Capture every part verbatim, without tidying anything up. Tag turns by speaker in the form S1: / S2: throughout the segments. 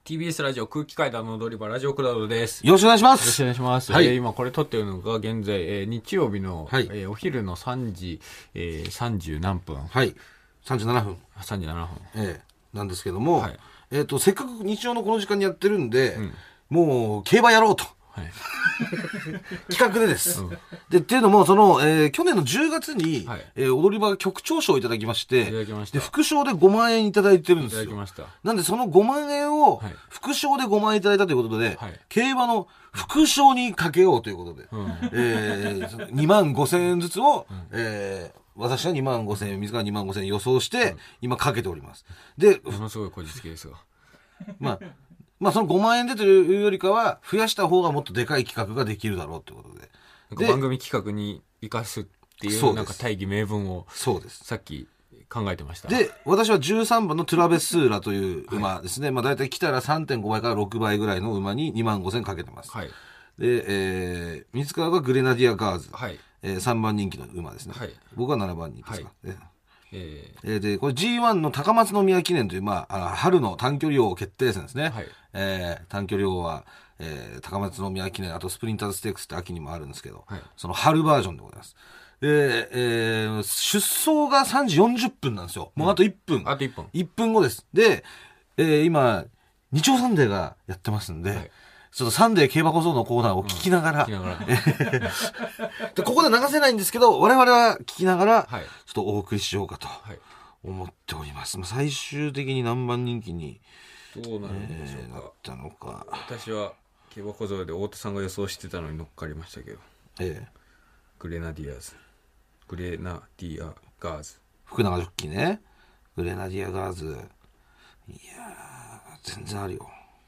S1: ティービーエス ラジオ空気階段の踊り場ラジオクラウドです。
S2: よろしくお願いしま
S1: よろしくお
S2: す。
S1: 願いします。
S2: はい
S1: えー今これ撮ってるのが現在、えー日曜日の、
S2: はい
S1: えーお昼のさんじ、えー、さんじゅう何分
S2: はい。さんじゅうななふん。
S1: さんじゅうななふん。
S2: ええなんですけども、
S1: はい
S2: えっ、と、せっかく日曜のこの時間にやってるんで、もう、競馬やろうと。
S1: はい。
S2: 企画でです。で、っていうのも、その、えー去年のじゅうがつに、
S1: はい
S2: えー踊り場局長賞をいただきまして、
S1: いただきました
S2: で、副賞でごまん円いただいてるん
S1: い
S2: ですよ。
S1: ただきました。
S2: なんで、そのごまん円を
S1: はい、
S2: 副賞でごまん円いただいたということで、
S1: はい
S2: 競馬の副賞にかけようということで、
S1: ん
S2: えーそのにまんごせんえんずつを、えー私はにまんごせんえん、水川にまんごせんえん予想して、今かけております。で、
S1: ものすごいこじつけですが。
S2: まあ、まあそのごまん円でというよりかは、増やした方がもっとでかい企画ができるだろうということで。
S1: なんか番組企画に生かすってい
S2: そうです
S1: うなんか大義名分を
S2: そうです。
S1: さっき考えてました。
S2: で、私はじゅうさんばんのトゥラベスーラという馬ですね。まあ大体来たら さんてんご 倍からろくばいぐらいの馬ににまんごせんかけてます。
S1: はい。
S2: で、えー、水川がグレナディアガーズ。
S1: はい。
S2: えー、さんばん人気の馬ですね。
S1: はい
S2: 僕はななばん人気ですか、ね
S1: え
S2: えーで、これ ジーワン の高松宮記念という、まあ、あの春の短距離王決定戦ですね。
S1: はい
S2: えー短距離王は、えー高松宮記念、あとスプリンターズステークスって秋にもあるんですけど、
S1: はい
S2: その春バージョンでございます。で、えー出走がさんじよんじゅっぷんなんですよ。もうあといっぷん。
S1: あといっぷん
S2: いっぷんごです。で、えー今、日曜サンデーがやってますんで、
S1: はい
S2: ちょっとサンデー競馬小僧のコーナーを聞きながら、
S1: 聞きながら
S2: でここで流せないんですけど、我々は聞きながら、
S1: はい
S2: ちょっとお送りしようかと
S1: はい。
S2: 思っております。まあ最終的に何番人気に、
S1: どうなるんでし
S2: えーなっ
S1: ょうか。
S2: たのか。
S1: 私は競馬小僧で太田さんが予想してたのに乗っかりましたけど、
S2: えー
S1: グレナディアーズグレナディアガーズ
S2: 福永ジョッキーね。グレナディアガーズ。いやー、全然あるよ。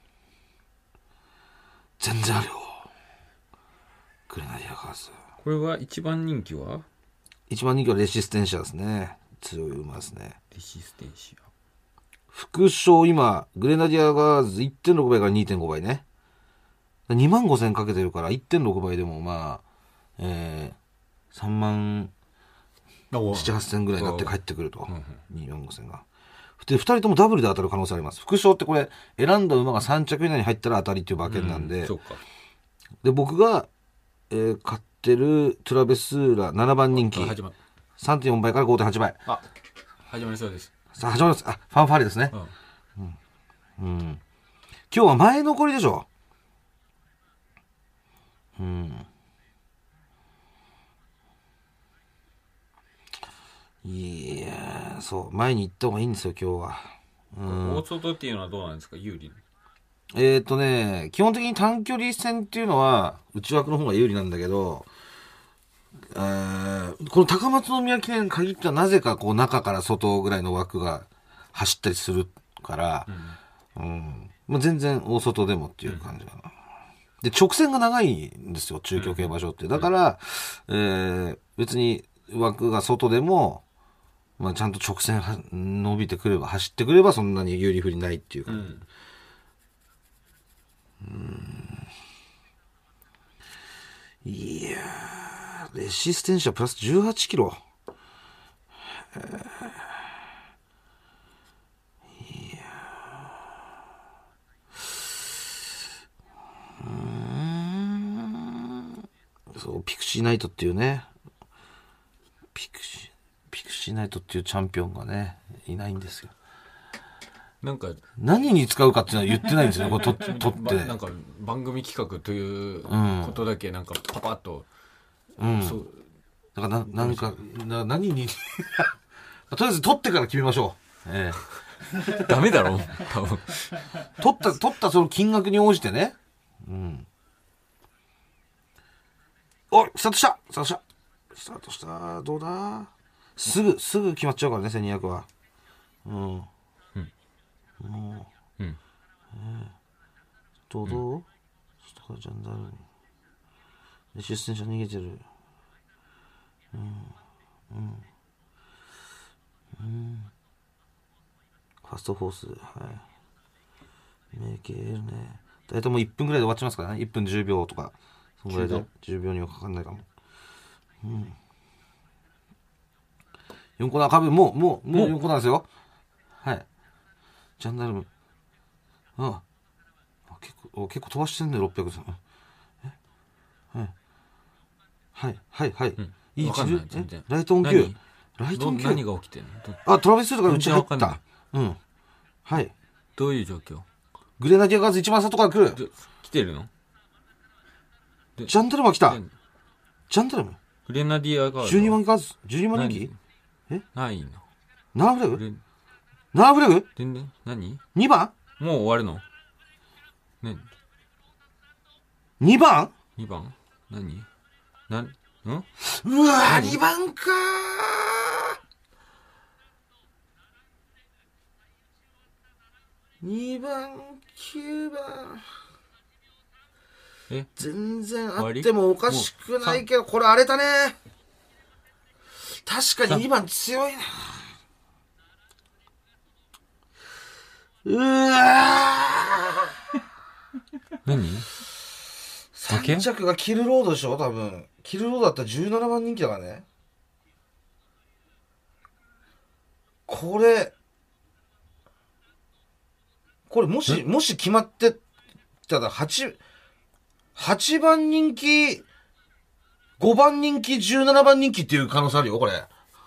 S2: 全然あるよ。グレナディアガーズ。
S1: これは一番人気は
S2: 一番人気はレシステンシアですね。強い馬ですね。
S1: レシステンシ
S2: 副賞今、グレナディアガーズ いってんろく 倍から にてんご 倍ね。にまんごせんかけてるから いってんろく 倍でもまあ、えー、さんまん
S1: ア
S2: なな、はっせんぐらいになって帰ってくると。
S1: うんうん
S2: にまんごせんが。で、ふたりともダブルで当たる可能性あります。副賞ってこれ、選んだ馬がさん着以内に入ったら当たりっていう馬券なんで、
S1: うんそうか
S2: で、僕が、えー、買ってるトゥラベスーラななばん人気、
S1: あ始ま
S2: さんてんよん 倍から ごてんはち 倍。
S1: あ始まりそうです。
S2: さあ、始まります。あ、ファンファーレですね。
S1: うん
S2: うん。今日は前残りでしょ。うん。いやー、そう、前に行った方がいいんですよ、今日は。
S1: 大外っていうのはどうなんですか、有利
S2: えーっとね、基本的に短距離戦っていうのは、内枠の方が有利なんだけど、えーこの高松宮記念に限ってはなぜかこう中から外ぐらいの枠が走ったりするから、うんまあ、全然大外でもっていう感じかな。で、直線が長いんですよ、中京競馬場って。だから、えー別に枠が外でも、まあ、ちゃんと直線は伸びてくれば、走ってくればそんなに有利不利ないっていうか、
S1: うん
S2: いやー、レシステンシアプラスじゅうはちキロ。そう、ピクシーナイトっていうね、ピクシー、ピクシーナイトっていうチャンピオンがね、いないんですよ。
S1: なんか
S2: 何に使うかっていうのは言ってないんですよ、これ取っ取って。
S1: ばなんか番組企画ということだけなんかパパッと、
S2: うん。
S1: そう
S2: だからな、なんか、な何に、とりあえず取ってから決めましょう。ええ。
S1: ダメだろ多分
S2: 取った、取ったその金額に応じてね。うん。おい、スタートしたスタートしたスタートしたどうだすぐ、すぐ決まっちゃうからね、せんにひゃくは。うん。もう。
S1: うん
S2: ええどうどうスタージャンダルム。レシステンシャ逃げてる。ファストフォース、はい。メーケールね。大体もういっぷんぐらいで終わっちゃいますからね。いっぷんじゅうびょうとか。そのぐらいでじゅうびょうにはかかんないかも。うん。よんコーナーカーブ、もう、もう、もうよんコーナーですよ。はい。ジャンダルム。ああ。 お結構飛ばしてんねろっぴゃくさん。えはいはいはいはい、うん、いい
S1: わかんない全然。
S2: ライトオン級ライトオン級
S1: 何が起きてんの。
S2: あトラベスがうち入ったうんはい
S1: どういう状況。
S2: グレナディアガーズ一番外から来る
S1: 来てるの。
S2: ジャンダルムが来たジャンダルム
S1: グレナディアガーズ
S2: じゅうにばんガーズじゅうにばん人気え
S1: ないの
S2: ナーフレグナーフレグ
S1: 全然何
S2: にばん
S1: もう終わるのね
S2: にばん
S1: にばん何なんん
S2: うわーにばんかーにばんきゅうばん
S1: え
S2: 全然あってもおかしくないけどこれ荒れたね確かににばん強いなうわ
S1: 何
S2: さん着がキルロードでしょ多分キルロードだったらじゅうななばん人気だからねこれこれもしもし決まってたら 8, 8番人気ごばん人気じゅうななばん人気っていう可能性あるよこれ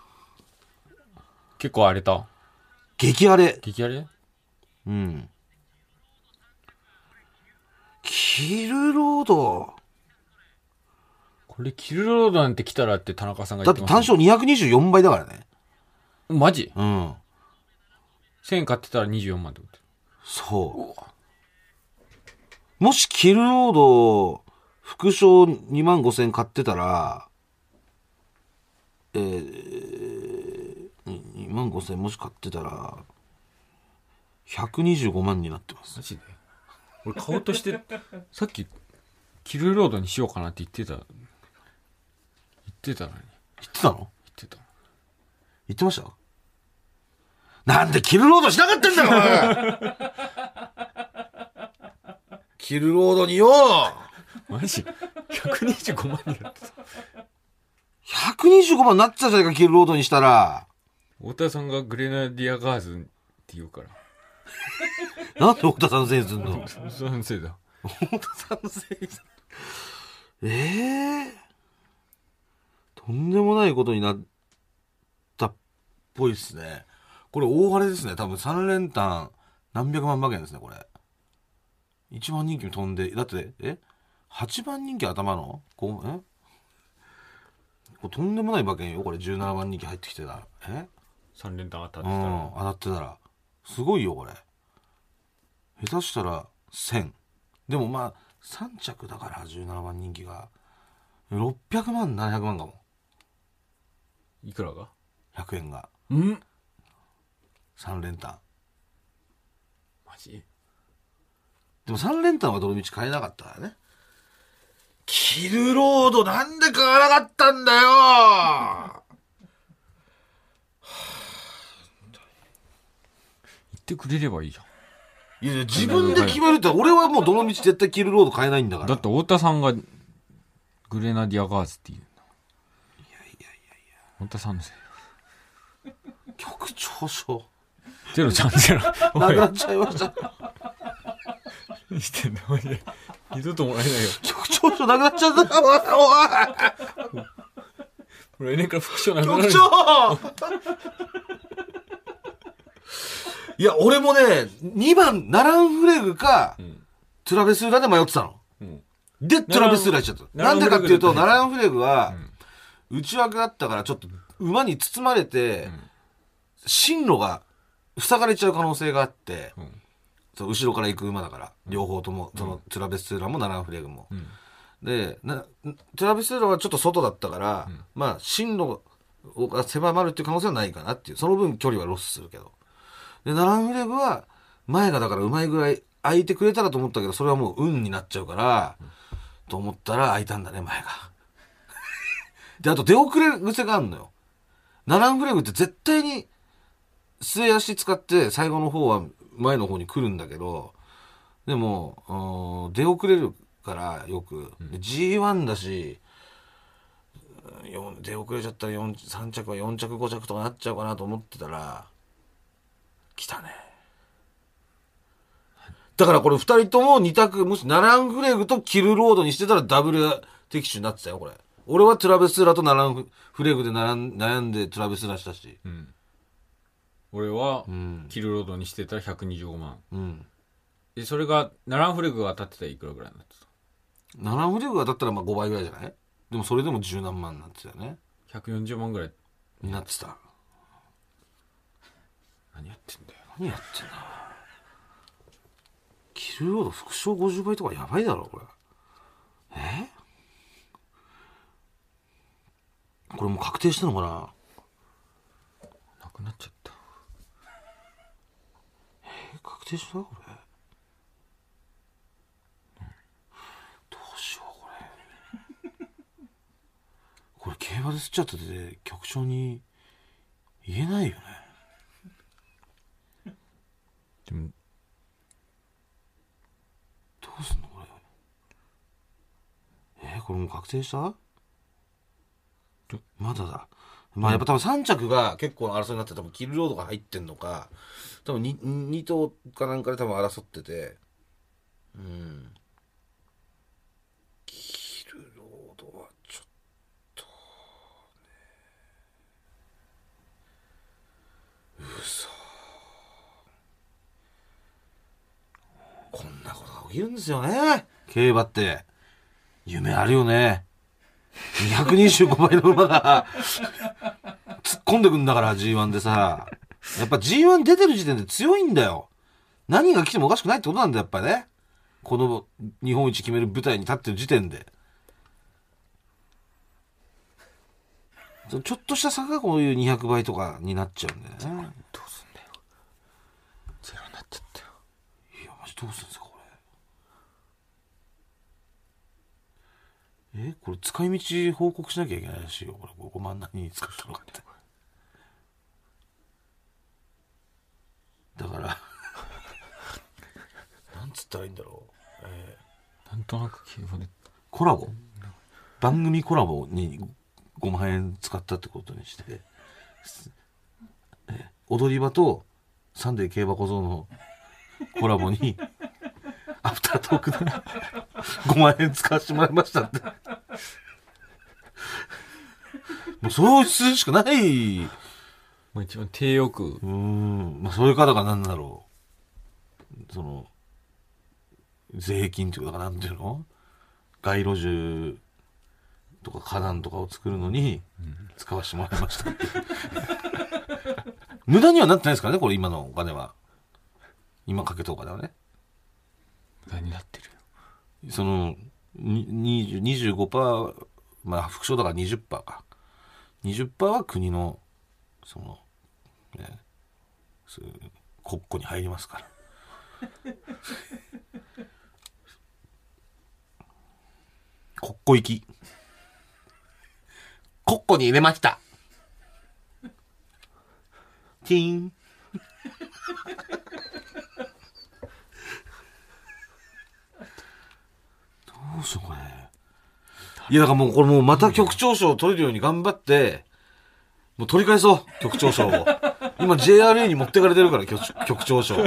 S1: 結構荒れた
S2: 激荒れ
S1: 激荒れ
S2: うんキルロード
S1: これキルロードなんて来たらって田中さんが
S2: だって
S1: 言ってます、ね、
S2: 単勝にひゃくにじゅうよんばいだからね
S1: マジ
S2: うん
S1: せん買ってたらにじゅうよんまんってこと
S2: そうもしキルロード副賞にまんごせん買ってたらえー、にまんごせんもし買ってたらひゃくにじゅうごまんになってます
S1: マジで俺買おうとしてさっきキルロードにしようかなって言ってた言ってたのに
S2: 言ってたの
S1: 言ってた
S2: 言ってましたなんでキルロードしなかったんだよおいキルロードによ
S1: マジひゃくにじゅうごまんになってた
S2: ひゃくにじゅうごまんになってたじゃないかキルロードにしたら
S1: 太田さんがグレナディアガーズって言うから
S2: なんで太田さんのせいにすんの
S1: 太田さんのせいだ
S2: 太田さんのせいにすんのええー、とんでもないことになったっぽいですねこれ大晴れですね多分さん連単何百万馬券ですねこれいちばん人気に飛んでだってえはちばん人気頭のこうえこれとんでもない馬券よこれじゅうななばん人気入ってきてたらえ
S1: さん連単当たって
S2: うん
S1: たら
S2: 当たってたらすごいよこれ下手したらせんでもまあさん着だからじゅうななばん人気がろっぴゃくまんななひゃくまんかも
S1: いくらが
S2: ひゃくえんが
S1: ん
S2: さん連単
S1: マジ
S2: でもさん連単はどの道買えなかったからねキルロードなんで買わなかったんだよ
S1: 言ってくれればいいじゃん
S2: いや自分で決めるって俺はもうどの道絶対キルロード買えないんだから
S1: だって太田さんがグレナディアガーズって言うんだ
S2: いやいやいやいや
S1: 太田さんのせい
S2: 局長賞
S1: ゼロちゃんゼロ
S2: なくなっちゃいました
S1: 何してんだマジで二度ともらえないよ
S2: 局長賞なくなっちゃったおいおい
S1: 来年から副賞なくなる
S2: 局長いや俺もねにばんナランフレグか、うん、トゥラベスーラで迷ってたの、うん、でトゥラベスーラ行っちゃったなんでかっていうとナランフレグは、うん、内枠だったからちょっと馬に包まれて、うん、進路が塞がれちゃう可能性があって、うん、そう後ろから行く馬だから、うん、両方ともそのトゥラベスーラもナランフレグも、うん、でなトゥラベスーラはちょっと外だったから、うん、まあ進路が狭まるっていう可能性はないかなっていうその分距離はロスするけどでナランフレグは前がだからうまいぐらい空いてくれたらと思ったけどそれはもう運になっちゃうから、うん、と思ったら空いたんだね前がであと出遅れ癖があるのよナランフレグって絶対に末足使って最後の方は前の方に来るんだけどでも出遅れるからよく、うん、ジーワン だし出遅れちゃったらさん着はよん着ご着とかなっちゃうかなと思ってたら来たねだからこれ二人とも二択、もしナランフレグとキルロードにしてたらダブル的中になってたよ、これ。俺はトラベスラとナランフレグで悩ん悩んでトラベスラしたし。
S1: うん。俺は、
S2: うん、
S1: キルロードにしてたらひゃくにじゅうごまん。
S2: うん。
S1: で、それが、ナランフレグが当たってたらいくらぐらいになってた？
S2: ナランフレグが当たったらまあごばいぐらいじゃない？でもそれでも十何万になってたよね。
S1: ひゃくよんじゅうまんぐらい。
S2: になってた。
S1: 何やってんだよ。
S2: 何やってんだ。キルロード副賞ごじゅうばいとかやばいだろ、これ。え？これもう確定したのかな？
S1: なくなっちゃった。
S2: えー、確定したこれ。うん、どうしようこれ。これ競馬で吸っちゃったって局長に言えないよね。
S1: でも
S2: どうすんのこれ。えー、これもう確定した？まだだ。まあやっぱ多分さん着が結構争いになって多分キルロードが入ってんのか、多分 2, 2頭かなんかで多分争ってて、うん。キルロードはちょっとね、嘘。こんなことが起きるんですよね。競馬って夢あるよね。にひゃくにじゅうごばいの馬が突っ込んでくんだから ジーワン でさ。やっぱ ジーワン 出てる時点で強いんだよ。何が来てもおかしくないってことなんだよ、やっぱね。この日本一決める舞台に立ってる時点で。ちょっとした差がこういうにひゃくばいとかになっちゃうんだよね。どうすんだよ。
S1: ゼロになっちゃったよ。
S2: いや、マジどうすんすか、これ。え、これ使い道報告しなきゃいけないらしいよ。これごまん何に使ったのかって。だからなんつったらいいんだろう、え
S1: ー、なんとなく競馬で
S2: コラボ、番組コラボにごまんえん使ったってことにして、えー、踊り場とサンデー競馬小僧のコラボにアフタートークでごまんえん使わせてもらいましたってもうそうするしかない。
S1: まあ、一番低欲。
S2: うーん、まあそういう方が何だろう、その税金っていうかなんていうの、街路樹とか花壇とかを作るのに使わせてもらいましたって、うん、無駄にはなってないですからね、これ今のお金は。今かけたお金はね
S1: 無駄になってるよ。
S2: その にじゅうごパーセント、まあ副賞だから にじゅっパーセント か にじゅっパーセント は国のそのね、そういう国庫に入りますから国庫行き国庫に入れましたティーンどうしようこれ。いやだからもうこれもうまた局長賞を取れるように頑張ってもう取り返そう、局長賞を。今 ジェイアールエー に持ってかれてるから、局, 局長賞。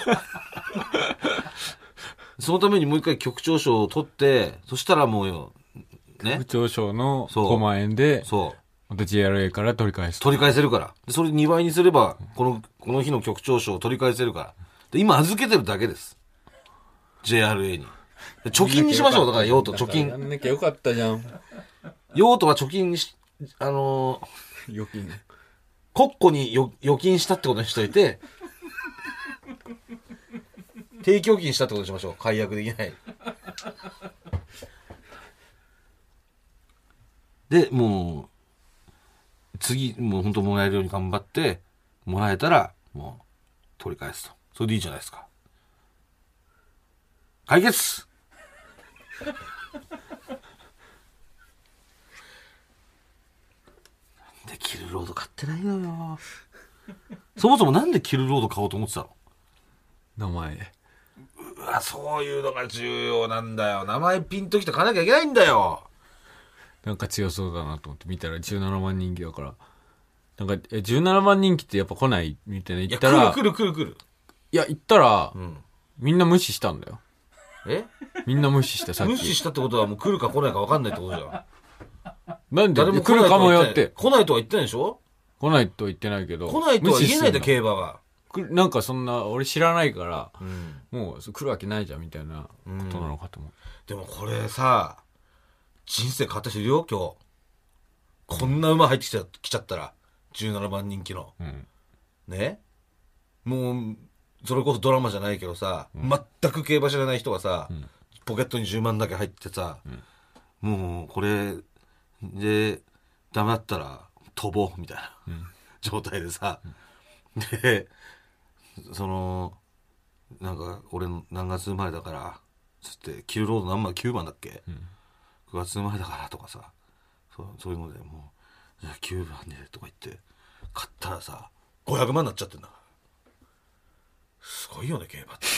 S2: そのためにもう一回局長賞を取って、そしたらもうよ、
S1: ね。局長賞のごまんえんで、
S2: そう。
S1: また ジェイアールエー から取り返す。
S2: 取り返せるから。でそれにばいにすれば、この、この日の局長賞を取り返せるから。で今預けてるだけです。ジェイアールエー に。貯金にしましょう、だから用途、貯金。
S1: やんなきゃよかったじゃん。
S2: 用途は貯金にし、あの
S1: ー、預金。
S2: 国庫によ預金したってことにしといて定期預金したってことにしましょう。解約できないでもう次もう本当もらえるように頑張ってもらえたらもう取り返すと。それでいいじゃないですか。解決でキルロード買ってないのよそもそもなんでキルロード買おうと思ってたの。
S1: 名前。
S2: うわ、そういうのが重要なんだよ。名前ピンときて買わなきゃいけないんだよ。
S1: なんか強そうだなと思って見たらじゅうななまん人気だから、なんかじゅうななまん人気ってやっぱ来ないみたいな言ったら、
S2: いや来る来る来る来る。
S1: いや言ったら、うん、 みんな無視したんだよ。
S2: え
S1: みんな無視した、さっき。
S2: 無視したってことはもう来るか来ないか分かんないってことじゃん。
S1: なんで
S2: 誰も
S1: 来るかもよって。
S2: 来ないとは言ってないでしょ。
S1: 来ないとは言ってないけど。
S2: 来ないとは言えないんだ、競馬は。
S1: なんかそんな、俺知らないから、
S2: うん、
S1: もう来るわけないじゃんみたいなことなのかと思う。
S2: うん、でもこれさ、人生変わった人いるよ、今日。こんな馬入ってきちゃ、来ちゃったら。じゅうななばん人気の。うん、ね、もう、それこそドラマじゃないけどさ、うん、全く競馬知らない人がさ、うん、ポケットにじゅうまんだけ入ってさ、うん、もうこれでダメだったら飛ぼうみたいな、うん、状態でさ、うん、でそのなんか俺何月生まれだからつってキルロード何番きゅうばんだっけ、うん、くがつ生まれだからとかさ、そう、そういうのでもうじゃあきゅうばんでとか言って買ったらさごひゃくまんになっちゃってんだから。すごいよね競馬って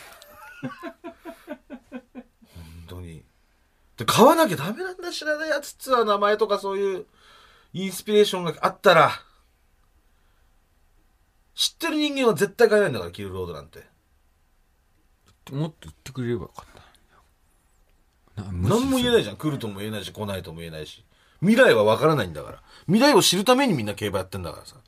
S2: 本当に。で買わなきゃダメなんだ、知らないやつっつは名前とかそういうインスピレーションがあったら。知ってる人間は絶対買えないんだから、キルロードなんて。
S1: もっと言ってくれればよかった。
S2: な何も言えないじゃん。来るとも言えないし来ないとも言えないし、未来は分からないんだから。未来を知るためにみんな競馬やってんだからさ。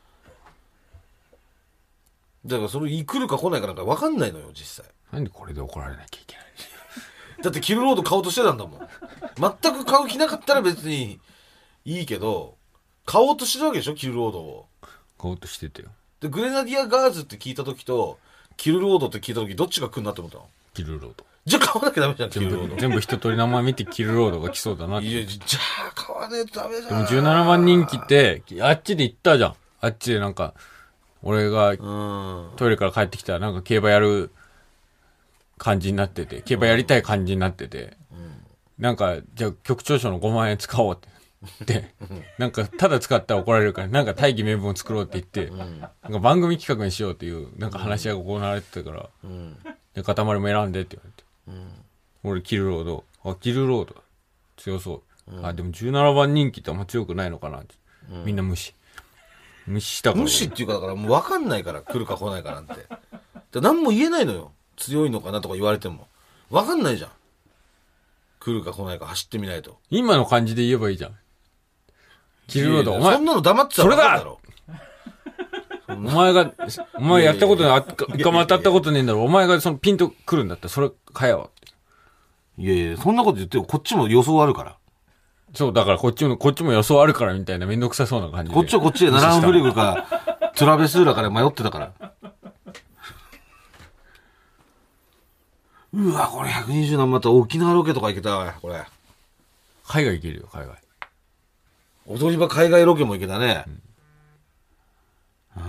S2: だからそれ来るか来ないかなんか分かんないのよ実際。
S1: なんでこれで怒られなきゃいけない
S2: だってキルロード買おうとしてたんだもん。全く買う気なかったら別にいいけど、買おうとしてたわけでしょ、キルロードを。
S1: 買おうとしてたよ。
S2: でグレナディアガーズって聞いた時とキルロードって聞いた時どっちが来るなって思ったの。
S1: キルロード。
S2: じゃあ買わなきゃダメじゃん。キルロード
S1: 全部一通り名前見てキルロードが来そうだなって。
S2: いやじゃあ買わねえとダメじゃん。
S1: でもじゅうななばん人気ってあっちで行ったじゃん。あっちでなんか俺がトイレから帰ってきたらなんか競馬やる感じになってて、競馬やりたい感じになってて、うん、なんかじゃあ局長賞のごまんえん使おうってでなんかただ使ったら怒られるからなんか大義名分を作ろうって言って、うん、なんか番組企画にしようっていうなんか話し合いが行われてたから、うん、で塊も選んでって言われて、うん、俺キルロード、あキルロード強そう、うん、あでもじゅうななばん人気ってあんま強くないのかなって、うん、みんな無視無視したから。
S2: 無視っていうかだからもう分かんないから来るか来ないかなんてで何も言えないのよ。強いのかなとか言われても分かんないじゃん。来るか来ないか走ってみないと。
S1: 今の感じで言えばいいじゃん。キルロードお前
S2: そんなの黙ってたら分かんだろ。
S1: お前がお前やったことない、一回も当たったことねえんだろ。お前がそのピンと来るんだったらそれ買えよ。
S2: いやいやそんなこと言ってよ。こっちも予想あるから。
S1: そうだからこっちもこっちも予想あるからみたいなめんどくさそうな感じで。
S2: こっちはこっちでナランフレグかトラベスーラから迷ってたから。うわこれひゃくにじゅうなんまた沖縄ロケとか行けたわこれ。
S1: 海外行けるよ海外。
S2: 踊り場海外ロケも行けたね。うん、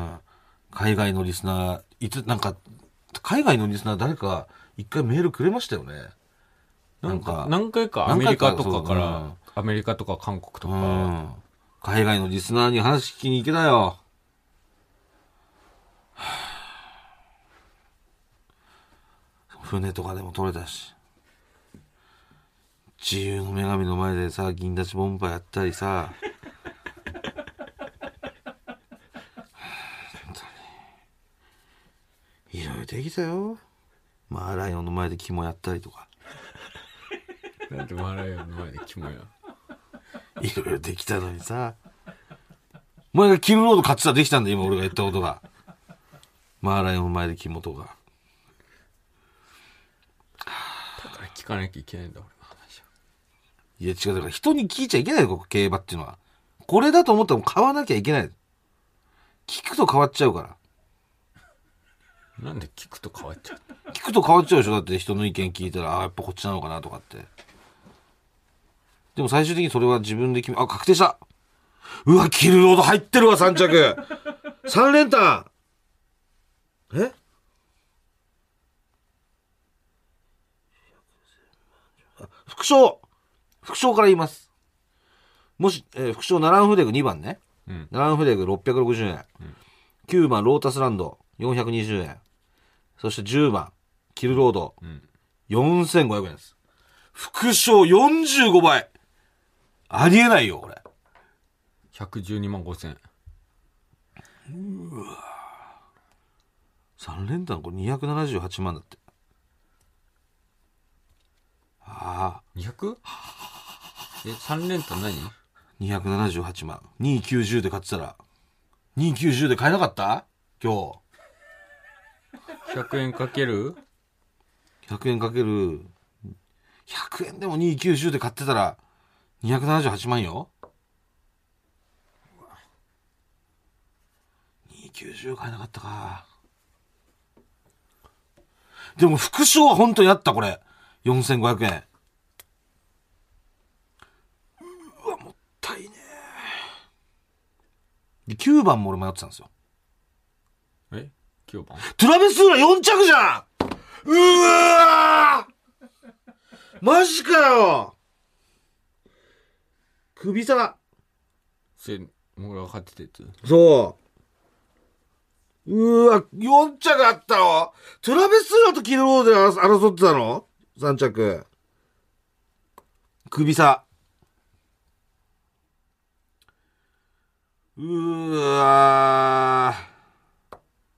S2: 海外のリスナーいつなんか海外のリスナー誰か一回メールくれましたよね。
S1: なんか何回かアメリカとかから、うん、アメリカとか韓国とか、うん、
S2: 海外のリスナーに話聞きに行けたよ。船とかでも撮れたし、自由の女神の前でさ銀立ちボンバーやったりさ本当にいろいろできたよ。マーライオンの前で肝やったりとか。
S1: なんでマーライオンの前で肝や。
S2: いろいろできたのにさ。お前がキルロード買ってたらできたんだよ今俺が言ったことが。マーライオンの前で肝とか。
S1: だから聞かなきゃいけないんだ俺の話は。
S2: いや違うだから人に聞いちゃいけないよここ競馬っていうのは。これだと思ったらもう買わなきゃいけない。聞くと変わっちゃうから。
S1: なんで聞くと変わっちゃう。
S2: 聞くと変わっちゃうでしょ。だって人の意見聞いたらあやっぱこっちなのかなとかって。でも最終的にそれは自分で決め、あ確定した。うわキルロード入ってるわさん着さん連単。え副賞副賞から言います。もし、えー、副賞ナランフレグにばんね、うん、ナランフレグろっぴゃくろくじゅうえん、うん、きゅうばんロータスランドよんひゃくにじゅうえん、そしてじゅうばんキルロード、うん、よんせんごひゃくえんです。副賞よんじゅうごばい。ありえないよこれ。
S1: ひゃくじゅうにまんごせんえん。
S2: うわさん連単これにひゃくななじゅうはちまんだって。ああ
S1: にひゃく？ え、さん連単何？
S2: にひゃくななじゅうはちまん。に、きゅう、じゅうで買ってたら。に、きゅう、じゅうで買えなかった今日。
S1: ひゃくえんかける
S2: ひゃくえんかけるひゃくえんでもに、きゅう、じゅうで買ってたらにひゃくななじゅうはちまんよ。に、きゅう、じゅう買えなかったか。でも副賞は本当にあった、これ。よんせんごひゃくえん。うわ、もったいねえ。きゅうばんも俺迷ってたんですよ。
S1: え ?きゅう 番
S2: トラベスーラよん着じゃん。うわーマジかよ。首差。
S1: それ、俺が買ってたやつ。
S2: そう。うーわ、よん着あったの？トラベスーラとキルロードで争ってたの？ さん 着。首差。うーわー。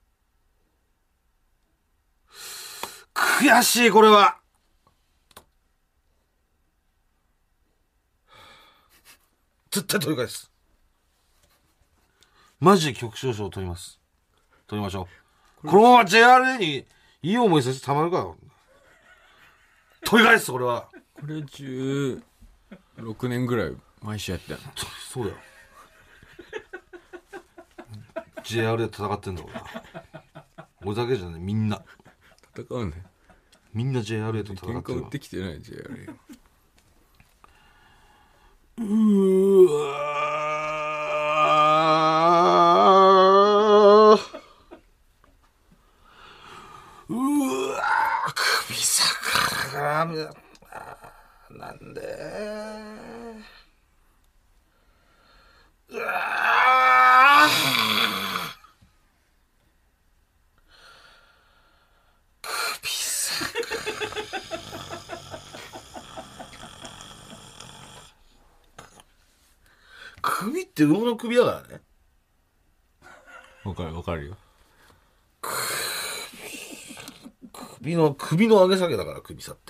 S2: 悔しい、これは。絶対取り返す。マジで曲勝賞を取ります。取りましょう。このまま ジェイアールエー にいい思いさせてたまるか。取り返す、俺は。
S1: これじゅうろくねんぐらい毎週やってんの。
S2: そうだよ。ジェイアールエー で戦ってんだ俺は。俺だけじゃない、みんな。
S1: 戦うね。
S2: みんな ジェイアールエー と戦ってるわ。
S1: 喧嘩売ってきてない ジェイアールエー。
S2: うーわーうーわー首逆らめなんでうわー首逆首って馬の首だからね。
S1: わかるわかるよ。
S2: 首の首の上げ下げだから首差って。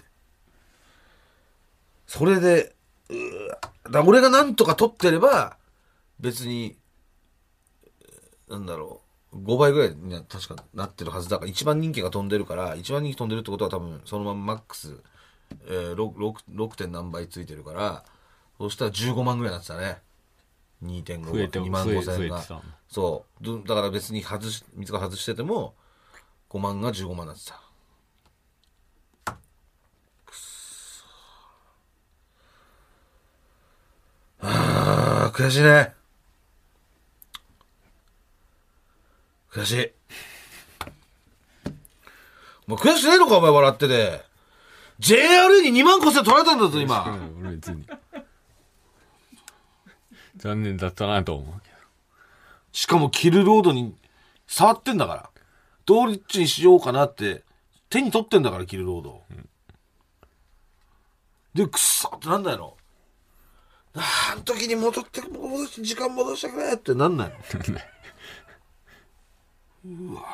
S2: それでうだ俺がなんとか取ってれば別になんだろうごばいぐらいには確かなってるはずだから、一番人気が飛んでるから、一番人気飛んでるってことは多分そのままマックス、えー、6, 6, 6. 点何倍ついてるから、そしたらじゅうごまんぐらいになってたね。にてんご
S1: 増えて
S2: にまんごせんがそうだから別に外し水が外しててもごまんがじゅうごまんになってた。くそあー悔しいね。悔しい。もう悔しくねえのかお前笑ってて。 ジェイアールエー ににまんごせん取られたんだぞ今。
S1: 俺別に残念だったなと思うけど。
S2: しかもキルロードに触ってんだから、どっちにしようかなって手に取ってんだからキルロード、うん、でくっそってなんだよ。あん時に戻って戻して時間戻してくれってなんないのうわ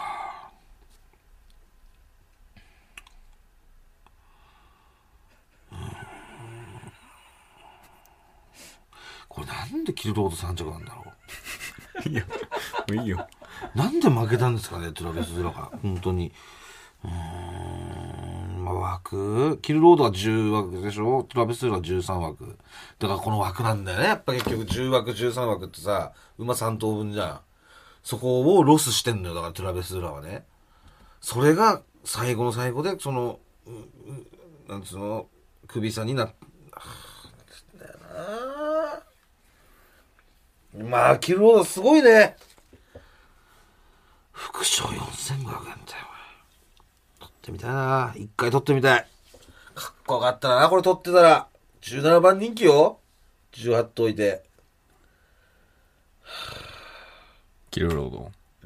S2: これなんでキルロードさん着なんだろ
S1: ういやもういいよ。
S2: なんで負けたんですかねトラベスゼロが本当に。うーんまあ枠キルロードはじゅうわくでしょ、トラベスゼロはじゅうさんわくだからこの枠なんだよねやっぱ結局じゅうわくじゅうさんわくってさ馬さん頭分じゃん。そこをロスしてんのよだからトラベスゼロはね。それが最後の最後でそのなんつうの首差になっだよな。まあキルロードすごいね。副賞よんせんごひゃくえんだよ。取ってみたいな。一回取ってみたい。かっこよかったなこれ取ってたら。じゅうななばん人気よ。じゅうはち頭いて。
S1: キルロード。
S2: うん。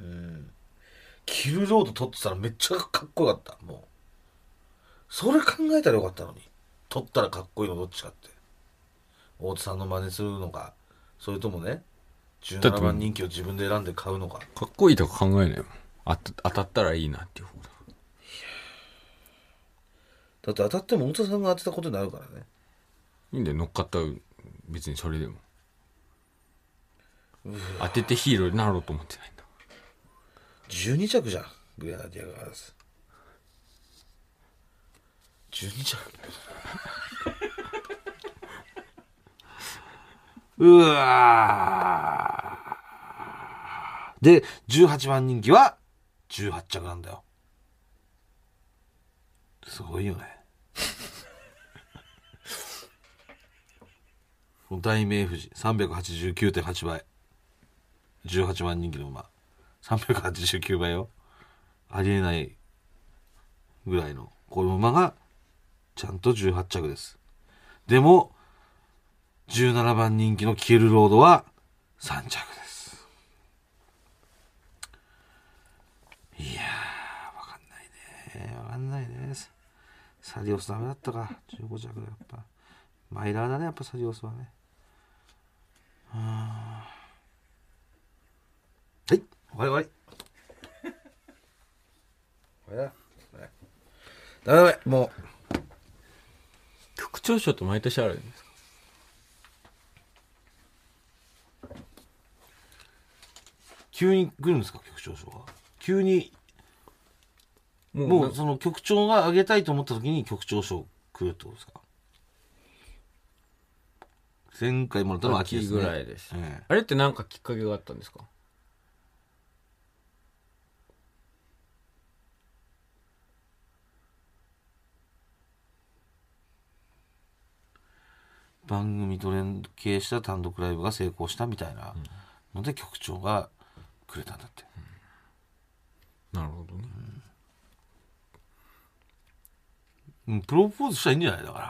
S2: キルロード取ってたらめっちゃかっこよかった。もう。それ考えたらよかったのに。取ったらかっこいいのどっちかって。大津さんの真似するのか。それともね。じゅうななばん人気を自分で選んで買うのか。
S1: かっこいいとか考えないよ。 あた当たったらいいなっていう方だ。
S2: だって当たっても太田さんが当てたことになるからね。
S1: いいんだよ、乗っかったら別にそれでも。当ててヒーローになろうと思ってないんだ。
S2: じゅうに着じゃん、グレナディアガーズ。じゅうに着うわーで、じゅうはちばん人気はじゅうはち着なんだよ。すごいよね。大名富士 さんびゃくはちじゅうきゅうてんはち 倍。じゅうはちばん人気の馬。さんびゃくはちじゅうきゅうばいよ。ありえないぐらいの。この馬がちゃんとじゅうはち着です。でも、じゅうななばん人気のキエルロードはさん着です。いやー、わかんないね。わかんないです。サディオスダメだったか。じゅうご着やっぱ。マイラーだね、やっぱサディオスはね。ははい、終わり終わり。終わりだ。ダメダメ、もう。
S1: 局長賞って毎年あるんですか？
S2: 急に来るんですか、局長賞は。急にもう、もうその局長があげたいと思った時に局長賞来るってことですか？前回もらったのは秋ですね。
S1: 秋ぐらいです、
S2: ええ、
S1: あれって何かきっかけがあったんですか？
S2: 番組と連携した単独ライブが成功したみたいなので局長がくれたんだって、
S1: うん、なるほどね、
S2: うん、プロポーズしたらいいんじゃないだから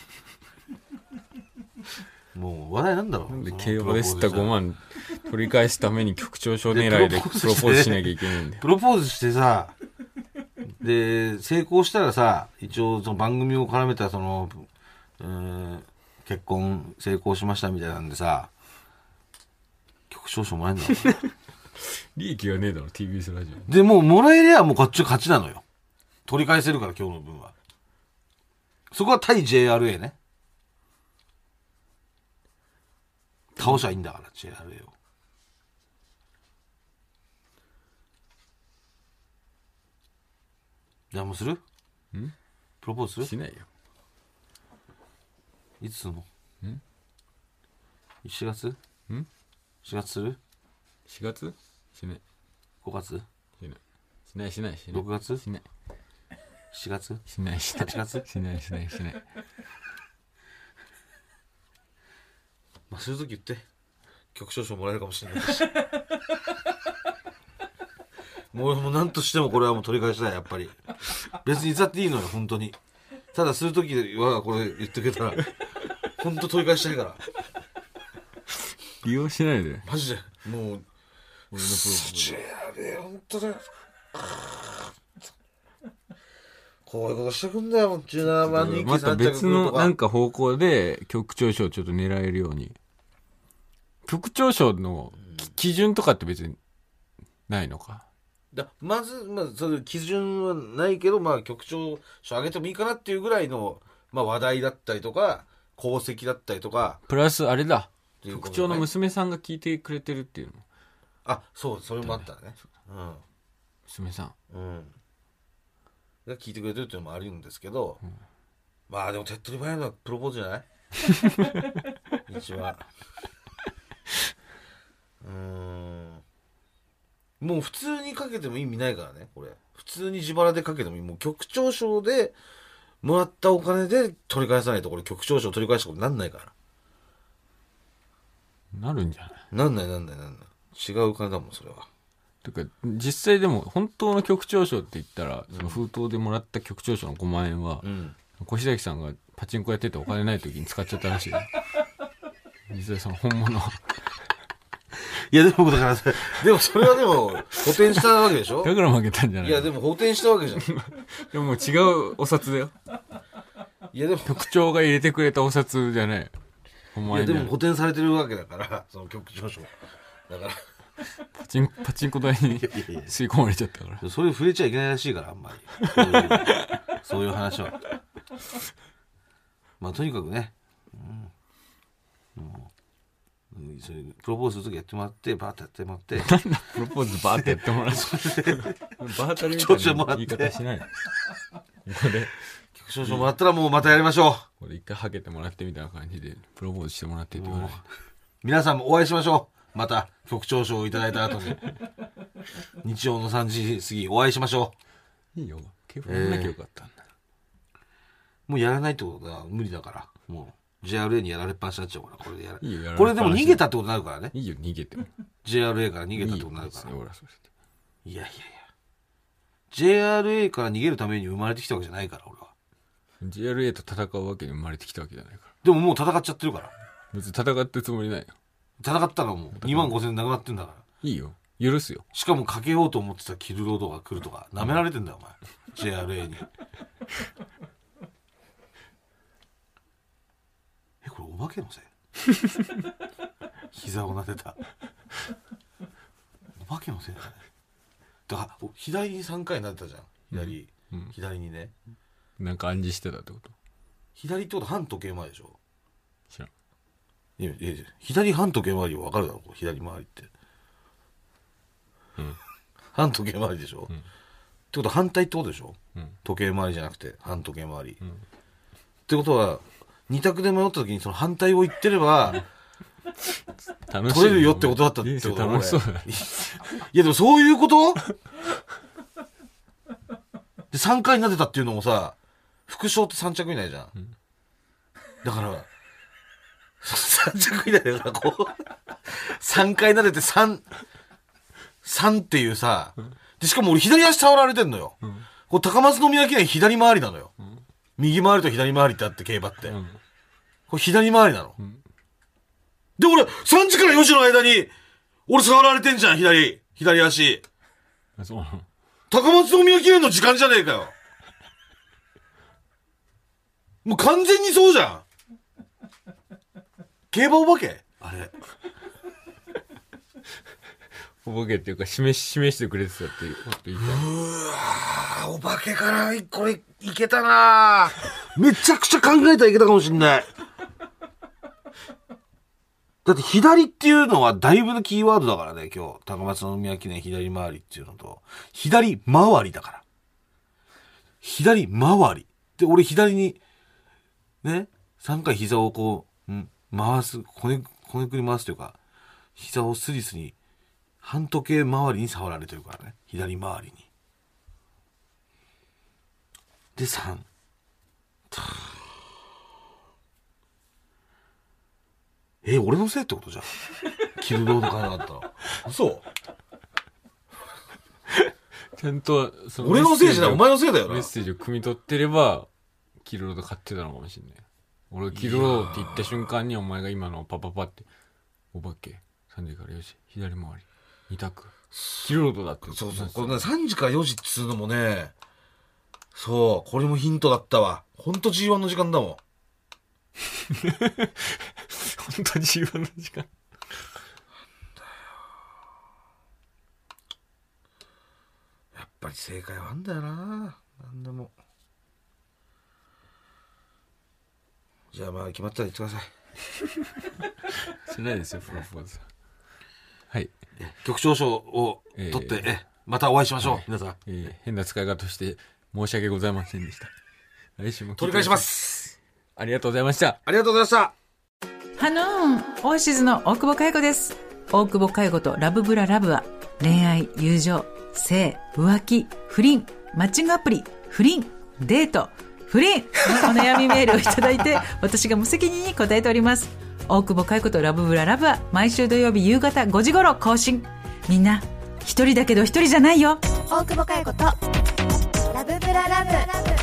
S2: もう話題なんだろう。
S1: なんで競馬で吸ったごまん取り返すために局長賞狙いでプロポーズしなきゃいけないんで。
S2: プロポーズしてさ、で成功したらさ、一応その番組を絡めたその、えー、結婚成功しましたみたいなんでさ、局長賞もらえるんだろう
S1: 利益がねえだろ ティービーエス ラジオ
S2: で。もうもらえりゃもうこっち勝ちなのよ。取り返せるから今日の分は。そこは対 ジェイアールエー ね。倒しゃいいんだから ジェイアールエー を。じゃあもうする？ん？プロポーズする？
S1: しないよ。
S2: いつするの？
S1: ん？
S2: しがつ？
S1: ん？
S2: しがつする？
S1: しがつ？しない。
S2: ごがつ？
S1: しないしないしないしない。
S2: ろくがつ？
S1: しない。
S2: しがつ？
S1: しないしない。
S2: はちがつ？
S1: しないしないしない。
S2: まあそういう時言って局長賞もらえるかもしれないしもうもう何としてもこれはもう取り返したい。やっぱり別にいつだっていいのよ本当に。ただする時はこれ言ってくれたら本当取り返したいから。
S1: 利用しないで
S2: マジでもう俺のプロポーズやべえ本当だよこういうことしてくんだよ。じゅうななばん人気
S1: また別のなんか方向で局長賞をちょっと狙えるように。局長賞の基準とかって別にないのか。
S2: だまず、まあ、その基準はないけど、まあ、局長賞あげてもいいかなっていうぐらいの、まあ、話題だったりとか功績だったりとか
S1: プラスあれだ、
S2: ね、
S1: 局長の娘さんが聞いてくれてるっていうの。
S2: あ、そうそれもあったね、うん、
S1: 娘さん、
S2: うん、が聞いてくれてるっていうのもあるんですけど、うん、まあでも手っ取り早いのはプロポーズじゃない一番うーんもう普通にかけても意味ないからねこれ。普通に自腹でかけてもいい。もう局長賞でもらったお金で取り返さないとこれ局長賞取り返したことなんないから。
S1: なるんじゃない？
S2: なんないなんないなんない。違う金だもんそれは。
S1: てか実際でも本当の局長賞って言ったら、うん、その封筒でもらった局長賞のごまん円は、うん、小崎さんがパチンコやっててお金ない時に使っちゃったらしいよ実際その本物
S2: いやでもだからでもそれはでも補填したわけでしょ。
S1: だから負けたんじゃない？
S2: いやでも補填したわけじゃん
S1: でももう違うお札だよ。
S2: いやでも
S1: 局長が入れてくれたお札じゃない。
S2: いやでも補填されてるわけだからその局長賞だから
S1: パチンパチンコ台に吸い込まれちゃったから。
S2: それ触れちゃいけないらしいからあんまりそういう、そういう話は。まあとにかくね、うん、もうそれプロポーズするときやってもらってバーッとやってもらって。
S1: なんだプロポーズバーッとやってもらってバータリみたいな言い方しない。これ
S2: 局長賞もらったらもうまたやりましょう。
S1: これ一回ハゲてもらってみたいな感じでプロポーズしてもらってって言われる。
S2: 皆さんもお会いしましょう。また局長賞をいただいた後に日曜のさんじ過ぎお会いしましょ
S1: う。いいよ結構やんなきゃよかったんだ、えー、
S2: もうやらないってことだ無理だからもう ジェイアールエー にやられっぱなしになっちゃうからこれでやる。いいよやられっぱなし。これでも逃げたってことになるからね。
S1: いいよ逃げても
S2: ジェイアールエー から逃げたってことになるから。いいよいやいやいや ジェイアールエー から逃げるために生まれてきたわけじゃないから俺は。 ジェイアールエー と戦うわけに生まれてきたわけじゃないから。でももう戦っちゃってるから。別に戦ってるつもりないよ。戦ったらもうにまんごせんなくなってんだから。いいよ許すよ。しかもかけようと思ってたキルロードが来るとか舐められてんだよお前ジェイアールエー にえこれお化けのせい膝を撫でたお化けのせいだね。だから左にさんかい撫でたじゃん左、うん、左にねなんか暗示してたってこと。左ってこと反時計回りでしょ。知らん。いやいや左反時計回りは分かるだろ左回りって、うん、反時計回りでしょ、うん、ってことは反対ってことでしょ、うん、時計回りじゃなくて反時計回り、うん、ってことは二択で迷った時にその反対を言ってれば楽しい取れるよってことだったってことだ。楽しそうだね。いやでもそういうことでさんかい撫でたっていうのもさ副賞ってさん着以内じゃん、うん、だからさん着以内だからこうさんかい撫でてさん、さんっていうさでしかも俺左足触られてんのよ、うん、こう高松宮記念左回りなのよ、うん、右回りと左回りってあって競馬って、うん、これ左回りなの、うん、で俺さんじからよじの間に俺触られてんじゃん左左足。そうなの。高松宮記念の時間じゃねえかよもう完全にそうじゃん。競馬お化けあれお化けっていうか示し示してくれてたっていうこと言いたい。うわーお化けからこれいけたなめちゃくちゃ考えたらいけたかもしんないだって左っていうのはだいぶのキーワードだからね今日高松宮記念左回りっていうのと左回りだから左回りで俺左にねさんかい膝をこう、ん、回すこねこねくり回すというか膝をスリスリ半時計回りに触られてるからね左回りにでさんえ俺のせいってことじゃんキルロード買わなかったら嘘ちゃんとその俺のせいじゃないお前のせいだよな。メッセージを汲み取ってればキルロード買ってたのかもしれない。俺キルロードって言った瞬間にお前が今のパパパってお化けさんじからよじ左回りに択キルロードだって。そうそうこれねさんじからよじっつうのもねそうこれもヒントだったわ。ほんと ジーワン の時間だもんほんと ジーワン の時間やっぱり正解はあんだよななんでも。じゃあまあ決まったら言ってくださいしないですよプロポーズはい局長賞を取って、えー、えまたお会いしましょう、はい、皆さん、えー、変な使い方して申し訳ございませんでした。来週も取り返します。ありがとうございました。ありがとうございました。
S3: ハノーンオアシズの大久保佳代子です。大久保佳代子とラブブララブは恋愛、友情、性、浮気、不倫、マッチングアプリ、不倫、デート、不倫のお悩みメールをいただいて私が無責任に答えております。大久保佳代子とラブブララブは毎週土曜日夕方ごじ頃更新。みんな一人だけど一人じゃないよ。大久保佳代子とラブブララブ